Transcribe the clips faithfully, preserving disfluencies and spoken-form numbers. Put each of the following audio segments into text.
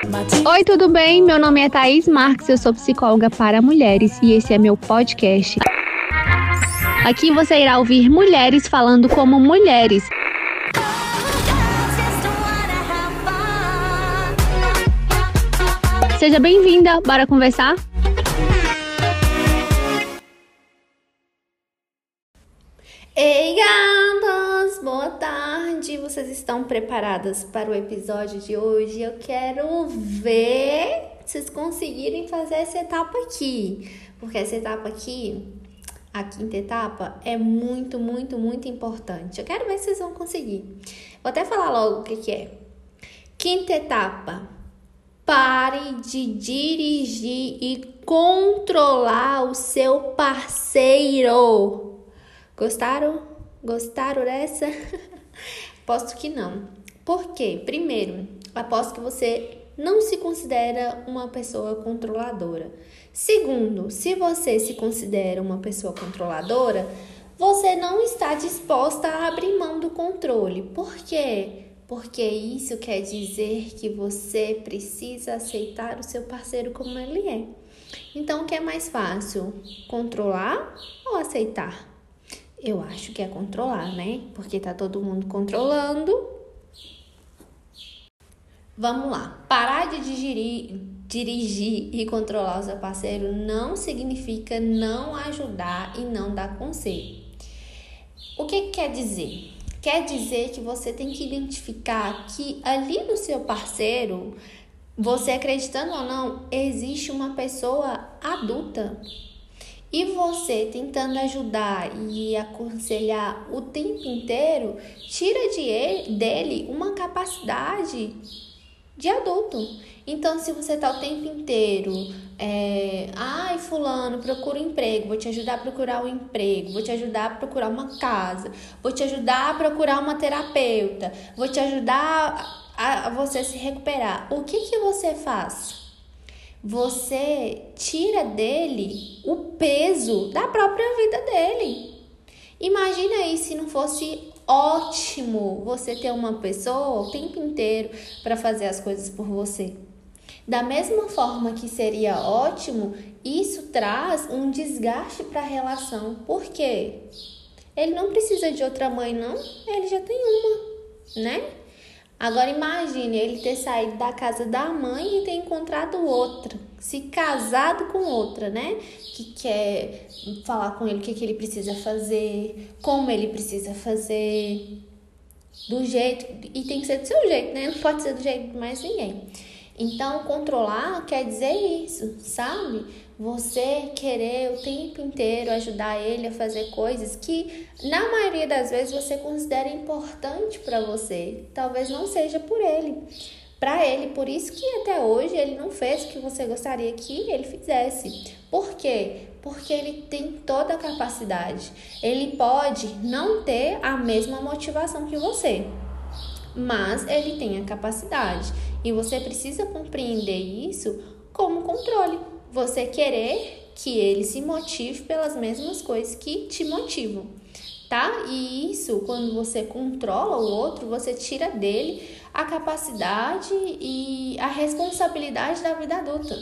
Oi, tudo bem? Meu nome é Thaís Marques, eu sou psicóloga para mulheres e esse é meu podcast. Aqui você irá ouvir mulheres falando como mulheres. Seja bem-vinda, bora conversar? Ei, gatas! Boa tarde! Vocês estão preparadas para o episódio de hoje? Eu quero ver se vocês conseguirem fazer essa etapa aqui. Porque essa etapa aqui, a quinta etapa, é muito, muito, muito importante. Eu quero ver se vocês vão conseguir. Vou até falar logo o que, que é. Quinta etapa. Pare de dirigir e controlar o seu parceiro. Gostaram? Gostaram dessa? Aposto que não. Por quê? Primeiro, aposto que você não se considera uma pessoa controladora. Segundo, se você se considera uma pessoa controladora, você não está disposta a abrir mão do controle. Por quê? Porque isso quer dizer que você precisa aceitar o seu parceiro como ele é. Então, o que é mais fácil? Controlar ou aceitar? Eu acho que é controlar, né? Porque tá todo mundo controlando. Vamos lá. Parar de dirigir, dirigir e controlar o seu parceiro não significa não ajudar e não dar conselho. O que, que quer dizer? Quer dizer que você tem que identificar que ali no seu parceiro, você acreditando ou não, existe uma pessoa adulta. E você tentando ajudar e aconselhar o tempo inteiro, tira de ele, dele uma capacidade de adulto. Então, se você tá o tempo inteiro, é, ai, fulano, procura um emprego, vou te ajudar a procurar um emprego, vou te ajudar a procurar uma casa, vou te ajudar a procurar uma terapeuta, vou te ajudar a, a você se recuperar. O que que você faz? Você tira dele o peso da própria vida dele. Imagina aí se não fosse ótimo você ter uma pessoa o tempo inteiro para fazer as coisas por você. Da mesma forma que seria ótimo, isso traz um desgaste para a relação. Por quê? Ele não precisa de outra mãe, não. Ele já tem uma, né? Agora imagine ele ter saído da casa da mãe e ter encontrado outra, se casado com outra, né? Que quer falar com ele o que, que ele precisa fazer, como ele precisa fazer, do jeito, e tem que ser do seu jeito, né? Não pode ser do jeito de mais ninguém. Então, controlar quer dizer isso, sabe? Você querer o tempo inteiro ajudar ele a fazer coisas que, na maioria das vezes, você considera importante para você. Talvez não seja por ele, para ele. Por isso que até hoje ele não fez o que você gostaria que ele fizesse. Por quê? Porque ele tem toda a capacidade. Ele pode não ter a mesma motivação que você, mas ele tem a capacidade. E você precisa compreender isso como controle. Você querer que ele se motive pelas mesmas coisas que te motivam, tá? E isso, quando você controla o outro, você tira dele a capacidade e a responsabilidade da vida adulta.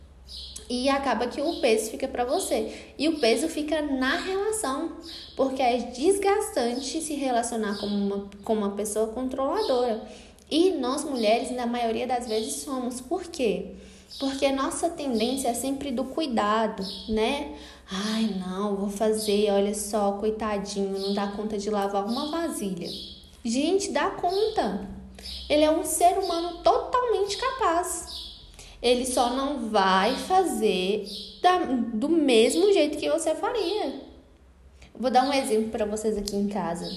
E acaba que o peso fica para você. E o peso fica na relação, porque é desgastante se relacionar com uma, com uma pessoa controladora. E nós mulheres, na maioria das vezes, somos. Por quê? Porque nossa tendência é sempre do cuidado, né? Ai, não, vou fazer, olha só, coitadinho, não dá conta de lavar uma vasilha. Gente, dá conta. Ele é um ser humano totalmente capaz. Ele só não vai fazer da, do mesmo jeito que você faria. Vou dar um exemplo para vocês aqui em casa.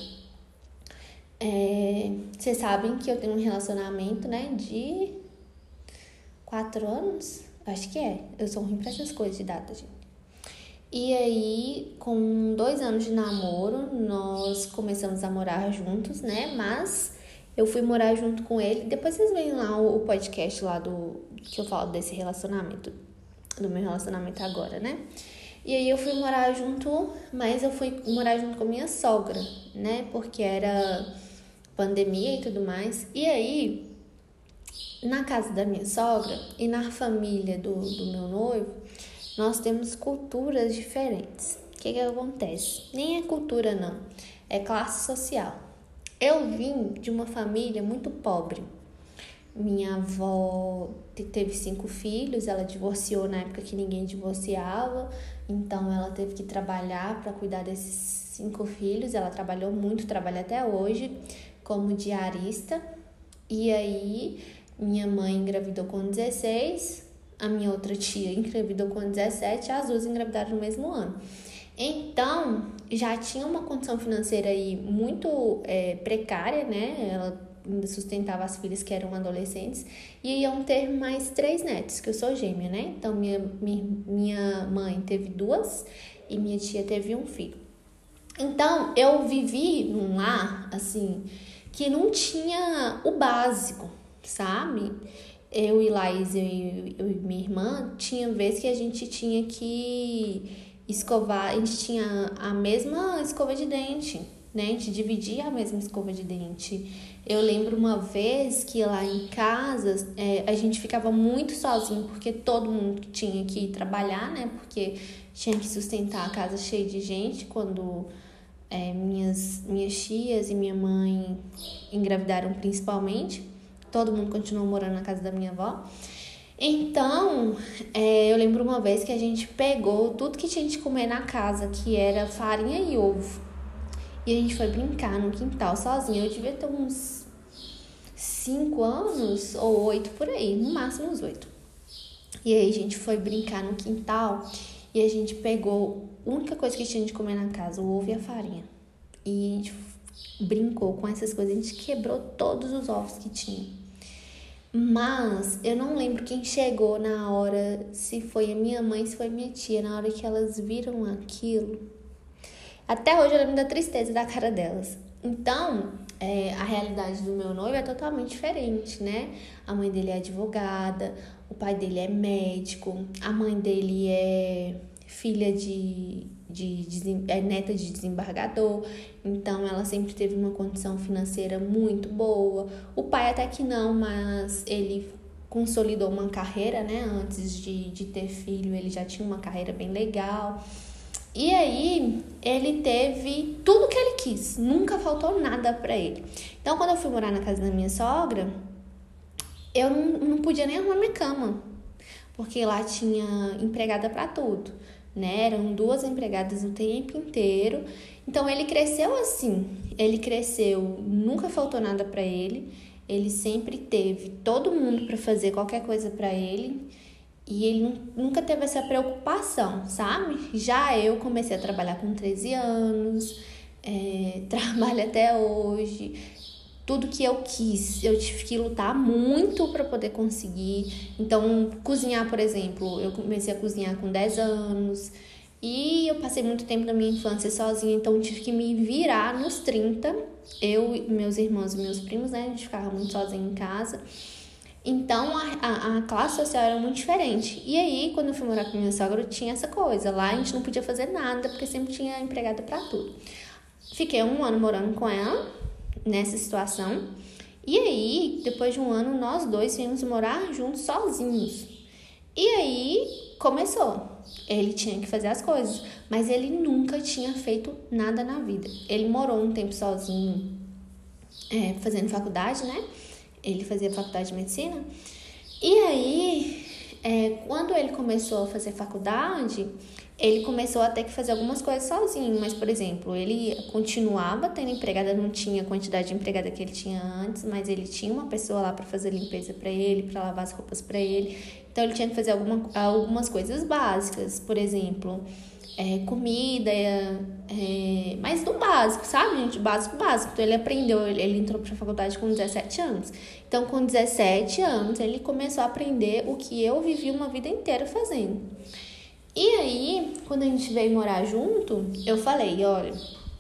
É, vocês sabem que eu tenho um relacionamento, né, de quatro anos? Acho que é. Eu sou ruim pra essas coisas de data, gente. E aí, com dois anos de namoro, nós começamos a morar juntos, né? Mas eu fui morar junto com ele. Depois vocês veem lá o podcast lá do que eu falo desse relacionamento, do meu relacionamento agora, né? E aí eu fui morar junto, mas eu fui morar junto com minha sogra, né? Porque era pandemia e tudo mais. E aí Na casa da minha sogra e na família do, do meu noivo, nós temos culturas diferentes. O que que acontece? Nem é cultura, não. É classe social. Eu vim de uma família muito pobre. Minha avó teve cinco filhos, ela divorciou na época que ninguém divorciava, então ela teve que trabalhar para cuidar desses cinco filhos. Ela trabalhou muito, trabalha até hoje como diarista. E aí, minha mãe engravidou com dezesseis, a minha outra tia engravidou com dezessete, as duas engravidaram no mesmo ano. Então, já tinha uma condição financeira aí muito é, precária, né? Ela ainda sustentava as filhas que eram adolescentes e iam ter mais três netos, que eu sou gêmea, né? Então, minha, minha, minha mãe teve duas e minha tia teve um filho. Então, eu vivi num lar, assim, que não tinha o básico, sabe? Eu e Laís, eu, eu e minha irmã, tinha vez que a gente tinha que escovar, a gente tinha a mesma escova de dente, né? A gente dividia a mesma escova de dente. Eu lembro uma vez que lá em casa é, a gente ficava muito sozinho, porque todo mundo tinha que ir trabalhar, né? Porque tinha que sustentar a casa cheia de gente quando é, minhas, minhas tias e minha mãe engravidaram principalmente. Todo mundo continuou morando na casa da minha avó. Então, é, eu lembro uma vez que a gente pegou tudo que tinha de comer na casa, que era farinha e ovo. E a gente foi brincar no quintal sozinha. Eu devia ter uns cinco anos ou oito por aí, no máximo uns oito. E aí a gente foi brincar no quintal e a gente pegou a única coisa que tinha de comer na casa, o ovo e a farinha. E a gente brincou com essas coisas, a gente quebrou todos os ovos que tinha. Mas eu não lembro quem chegou na hora, se foi a minha mãe, se foi a minha tia, na hora que elas viram aquilo. Até hoje eu lembro da tristeza da cara delas. Então, é, a realidade do meu noivo é totalmente diferente, né? A mãe dele é advogada, o pai dele é médico, a mãe dele é filha de, de, de é neta de desembargador, então ela sempre teve uma condição financeira muito boa. O pai até que não, mas ele consolidou uma carreira, né? Antes de, de ter filho, ele já tinha uma carreira bem legal. E aí, ele teve tudo que ele quis, nunca faltou nada pra ele. Então, quando eu fui morar na casa da minha sogra, eu não, não podia nem arrumar minha cama, porque lá tinha empregada pra tudo, né? Eram duas empregadas o tempo inteiro. Então, ele cresceu assim, ele cresceu, nunca faltou nada pra ele, ele sempre teve todo mundo pra fazer qualquer coisa pra ele. E ele nunca teve essa preocupação, sabe? Já eu comecei a trabalhar com treze anos, é, trabalho até hoje. Tudo que eu quis, eu tive que lutar muito para poder conseguir. Então, cozinhar, por exemplo, eu comecei a cozinhar com dez anos. E eu passei muito tempo da minha infância sozinha, então eu tive que me virar nos trinta. Eu, meus irmãos e meus primos, né? A gente ficava muito sozinho em casa. Então, a, a, a classe social era muito diferente. E aí, quando eu fui morar com minha sogra, tinha essa coisa. Lá a gente não podia fazer nada, porque sempre tinha empregada pra tudo. Fiquei um ano morando com ela, nessa situação. E aí, depois de um ano, nós dois viemos morar juntos, sozinhos. E aí, começou. Ele tinha que fazer as coisas, mas ele nunca tinha feito nada na vida. Ele morou um tempo sozinho, é, fazendo faculdade, né? Ele fazia faculdade de medicina. E aí, é, quando ele começou a fazer faculdade, ele começou a ter que fazer algumas coisas sozinho. Mas, por exemplo, ele continuava tendo empregada, não tinha a quantidade de empregada que ele tinha antes, mas ele tinha uma pessoa lá para fazer limpeza para ele, para lavar as roupas para ele. Então, ele tinha que fazer alguma, algumas coisas básicas. Por exemplo, é, comida, é, é, mas do básico, sabe, gente? Básico, básico. Então, ele aprendeu, ele, ele entrou pra faculdade com dezessete anos. Então, com dezessete anos, ele começou a aprender o que eu vivi uma vida inteira fazendo. E aí, quando a gente veio morar junto, eu falei, olha,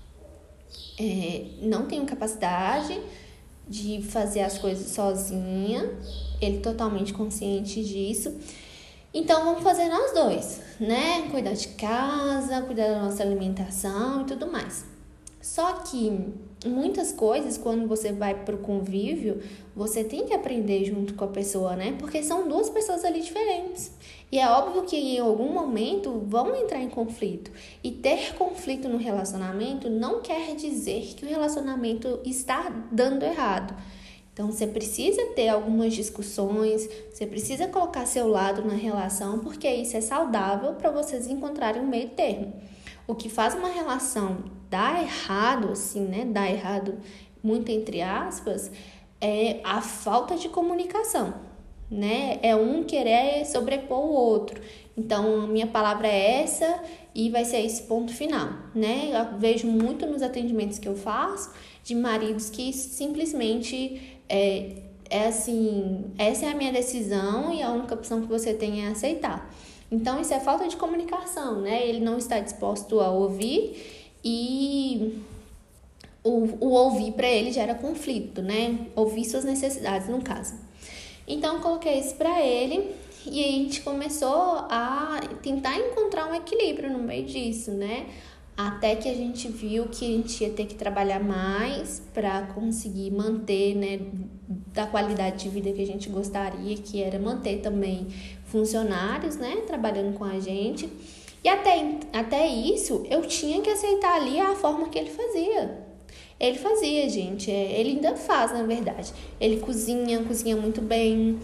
é, não tenho capacidade de fazer as coisas sozinha. Ele totalmente consciente disso. Então, vamos fazer nós dois, né? Cuidar de casa, cuidar da nossa alimentação e tudo mais. Só que muitas coisas, quando você vai pro convívio, você tem que aprender junto com a pessoa, né? Porque são duas pessoas ali diferentes. E é óbvio que em algum momento vão entrar em conflito. E ter conflito no relacionamento não quer dizer que o relacionamento está dando errado. Então, você precisa ter algumas discussões, você precisa colocar seu lado na relação, porque isso é saudável para vocês encontrarem um meio termo. O que faz uma relação dar errado, assim, né? Dar errado, muito entre aspas, é a falta de comunicação, né? É um querer sobrepor o outro. Então, a minha palavra é essa e vai ser esse ponto final, né? Eu vejo muito nos atendimentos que eu faço de maridos que simplesmente é, é assim, essa é a minha decisão e a única opção que você tem é aceitar. Então, isso é falta de comunicação, né? Ele não está disposto a ouvir e o, o ouvir para ele gera conflito, né? Ouvir suas necessidades, no caso. Então, eu coloquei isso para ele e a gente começou a tentar encontrar um equilíbrio no meio disso, né? Até que a gente viu que a gente ia ter que trabalhar mais para conseguir manter, né, da qualidade de vida que a gente gostaria, que era manter também funcionários, né, trabalhando com a gente. E até, até isso, eu tinha que aceitar ali a forma que ele fazia. Ele fazia, gente, ele ainda faz, na verdade. Ele cozinha, cozinha muito bem,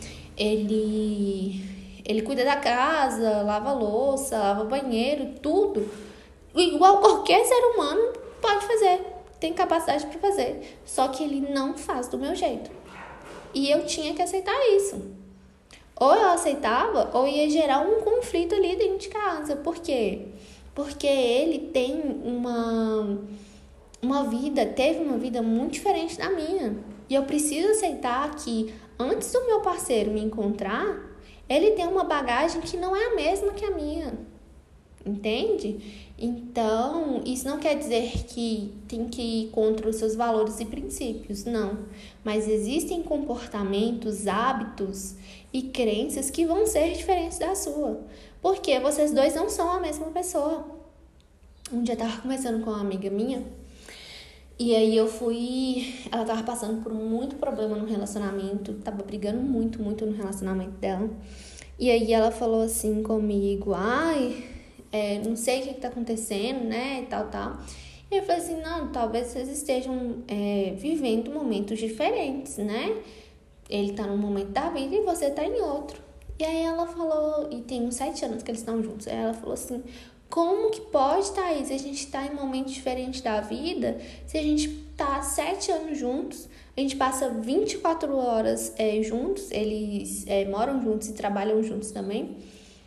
ele, ele cuida da casa, lava louça, lava banheiro, tudo. Igual qualquer ser humano pode fazer, tem capacidade para fazer, só que ele não faz do meu jeito. E eu tinha que aceitar isso. Ou eu aceitava, ou ia gerar um conflito ali dentro de casa. Por quê? Porque ele tem uma, uma vida, teve uma vida muito diferente da minha. E eu preciso aceitar que antes do meu parceiro me encontrar, ele tem uma bagagem que não é a mesma que a minha. Entende? Então, isso não quer dizer que tem que ir contra os seus valores e princípios, não. Mas existem comportamentos, hábitos e crenças que vão ser diferentes da sua. Porque vocês dois não são a mesma pessoa. Um dia eu tava conversando com uma amiga minha e aí eu fui... Ela tava passando por muito problema no relacionamento, tava brigando muito, muito no relacionamento dela. E aí ela falou assim comigo, ai... É, não sei o que está acontecendo, né, e tal, tal. E eu falei assim, não, talvez vocês estejam é, vivendo momentos diferentes, né? Ele tá num momento da vida e você tá em outro. E aí ela falou, e tem uns sete anos que eles estão juntos, aí ela falou assim, como que pode, Thaís, a gente tá em momentos diferentes da vida, se a gente tá sete anos juntos, a gente passa vinte e quatro horas é, juntos, eles é, moram juntos e trabalham juntos também.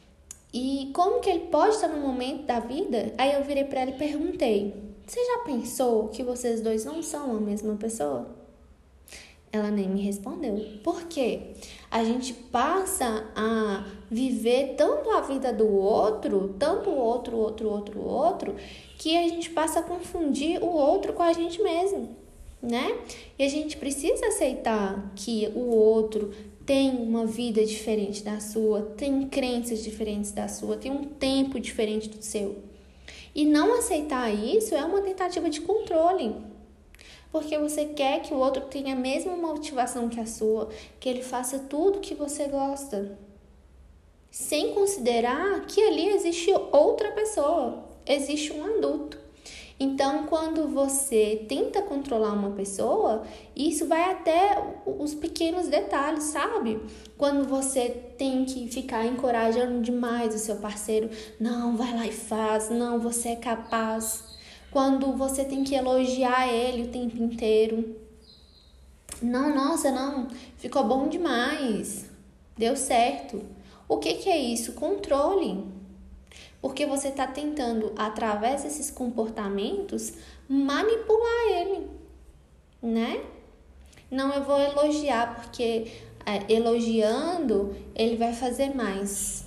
E como que ele pode estar num momento da vida? Aí eu virei pra ela e perguntei, você já pensou que vocês dois não são a mesma pessoa? Ela nem me respondeu. Por quê? A gente passa a viver tanto a vida do outro, tanto o outro, outro, outro, outro, que a gente passa a confundir o outro com a gente mesmo, né? E a gente precisa aceitar que o outro tem uma vida diferente da sua, tem crenças diferentes da sua, tem um tempo diferente do seu. E não aceitar isso é uma tentativa de controle. Porque você quer que o outro tenha a mesma motivação que a sua, que ele faça tudo que você gosta. Sem considerar que ali existe outra pessoa, existe um adulto. Então, quando você tenta controlar uma pessoa, isso vai até os pequenos detalhes, sabe? Quando você tem que ficar encorajando demais o seu parceiro, não, vai lá e faz, não, você é capaz. Quando você tem que elogiar ele o tempo inteiro. Não, nossa, não, ficou bom demais, deu certo. O que que é isso? Controle. Porque você está tentando, através desses comportamentos, manipular ele, né? Não, eu vou elogiar, porque é, elogiando, ele vai fazer mais.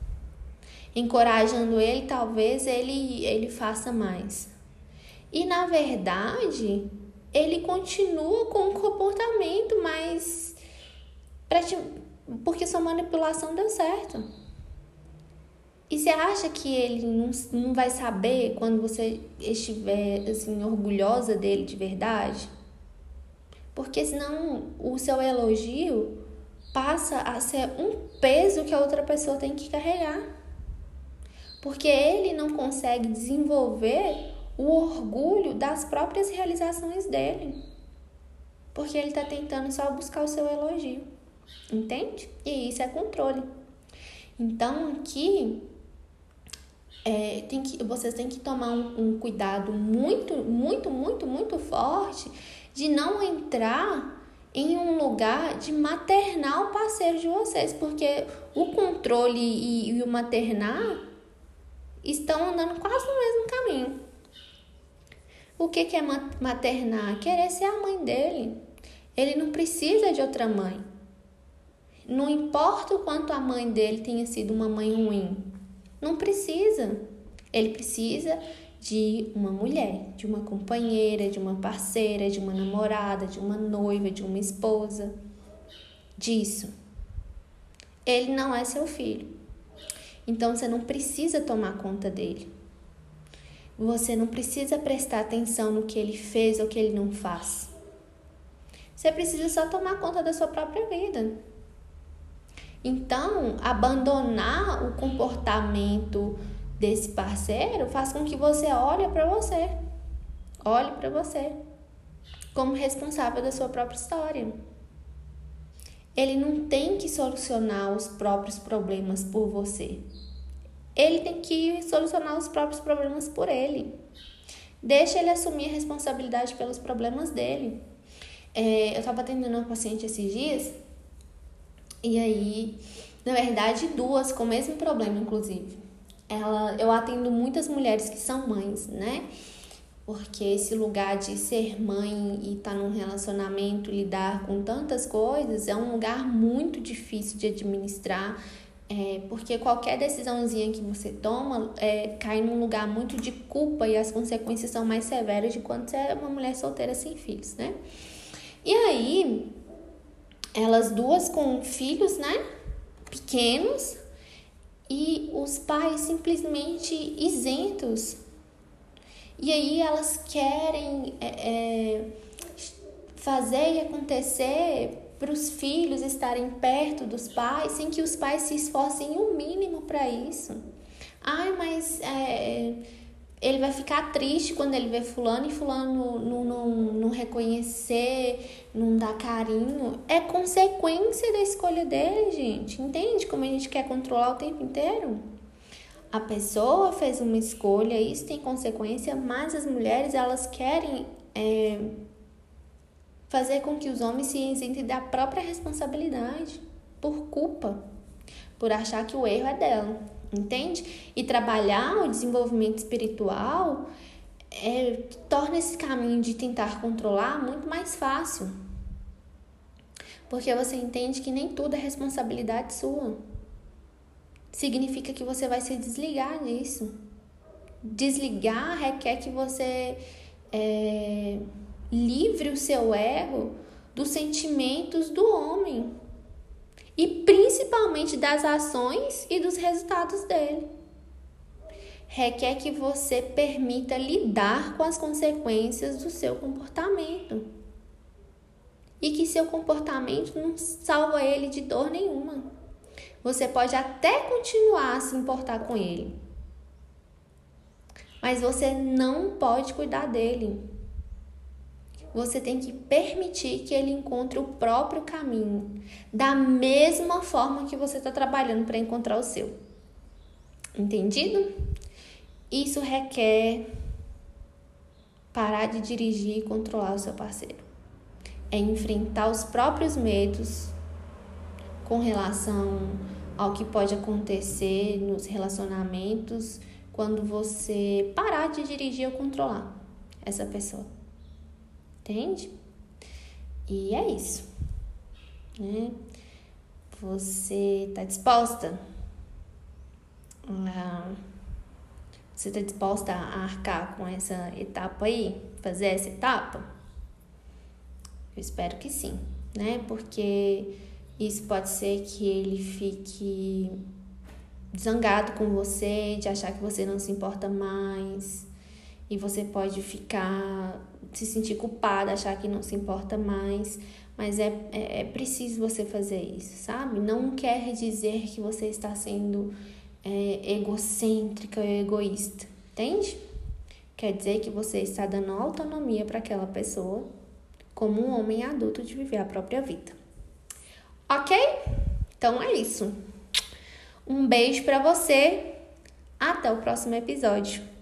Encorajando ele, talvez ele, ele faça mais. E, na verdade, ele continua com um comportamento mais... Pra te, porque sua manipulação deu certo. E você acha que ele não, não vai saber quando você estiver assim, orgulhosa dele de verdade? Porque senão o seu elogio passa a ser um peso que a outra pessoa tem que carregar. Porque ele não consegue desenvolver o orgulho das próprias realizações dele. Porque ele está tentando só buscar o seu elogio. Entende? E isso é controle. Então aqui é, tem que, vocês têm que tomar um, um cuidado muito, muito, muito, muito forte de não entrar em um lugar de maternar o parceiro de vocês, porque o controle e, e o maternar estão andando quase no mesmo caminho. O que, que é maternar? Querer ser a mãe dele. Ele não precisa de outra mãe. Não importa o quanto a mãe dele tenha sido uma mãe ruim. Não precisa. Ele precisa de uma mulher, de uma companheira, de uma parceira, de uma namorada, de uma noiva, de uma esposa. Disso. Ele não é seu filho. Então você não precisa tomar conta dele. Você não precisa prestar atenção no que ele fez ou que ele não faz. Você precisa só tomar conta da sua própria vida. Então, abandonar o comportamento desse parceiro faz com que você olhe para você. Olhe para você como responsável da sua própria história. Ele não tem que solucionar os próprios problemas por você. Ele tem que solucionar os próprios problemas por ele. Deixa ele assumir a responsabilidade pelos problemas dele. É, eu estava atendendo uma paciente esses dias, e aí, na verdade, duas com o mesmo problema, inclusive. Ela, eu atendo muitas mulheres que são mães, né? Porque esse lugar de ser mãe e estar tá num relacionamento, lidar com tantas coisas, é um lugar muito difícil de administrar. É, porque qualquer decisãozinha que você toma é, cai num lugar muito de culpa e as consequências são mais severas de quando você é uma mulher solteira sem filhos, né? E aí, elas duas com filhos, né? Pequenos, e os pais simplesmente isentos. E aí elas querem é, é, fazer e acontecer para os filhos estarem perto dos pais, sem que os pais se esforcem o mínimo para isso. Ai, mas é, ele vai ficar triste quando ele vê fulano e fulano não, não, não reconhecer, não dar carinho. É consequência da escolha dele, gente. Entende como a gente quer controlar o tempo inteiro? A pessoa fez uma escolha, isso tem consequência, mas as mulheres, elas querem... É, fazer com que os homens se isentem da própria responsabilidade, por culpa, por achar que o erro é dela, entende? E trabalhar o desenvolvimento espiritual é, torna esse caminho de tentar controlar muito mais fácil, porque você entende que nem tudo é responsabilidade sua. Significa que você vai se desligar disso. Desligar requer que você... É, livre o seu ego dos sentimentos do homem e principalmente das ações e dos resultados dele. Requer que você permita lidar com as consequências do seu comportamento e que seu comportamento não salva ele de dor nenhuma. Você pode até continuar a se importar com ele, mas você não pode cuidar dele. Você tem que permitir que ele encontre o próprio caminho, da mesma forma que você está trabalhando para encontrar o seu. Entendido? Isso requer parar de dirigir e controlar o seu parceiro. É enfrentar os próprios medos com relação ao que pode acontecer nos relacionamentos quando você parar de dirigir ou controlar essa pessoa. Entende? E é isso, né? Você tá disposta? A... Você tá disposta a arcar com essa etapa aí? Fazer essa etapa? Eu espero que sim, né? Porque isso pode ser que ele fique zangado com você, de achar que você não se importa mais. E você pode ficar, se sentir culpada, achar que não se importa mais. Mas é, é, é preciso você fazer isso, sabe? Não quer dizer que você está sendo é, egocêntrica ou egoísta, entende? Quer dizer que você está dando autonomia para aquela pessoa, como um homem adulto de viver a própria vida. Ok? Então é isso. Um beijo para você. Até o próximo episódio.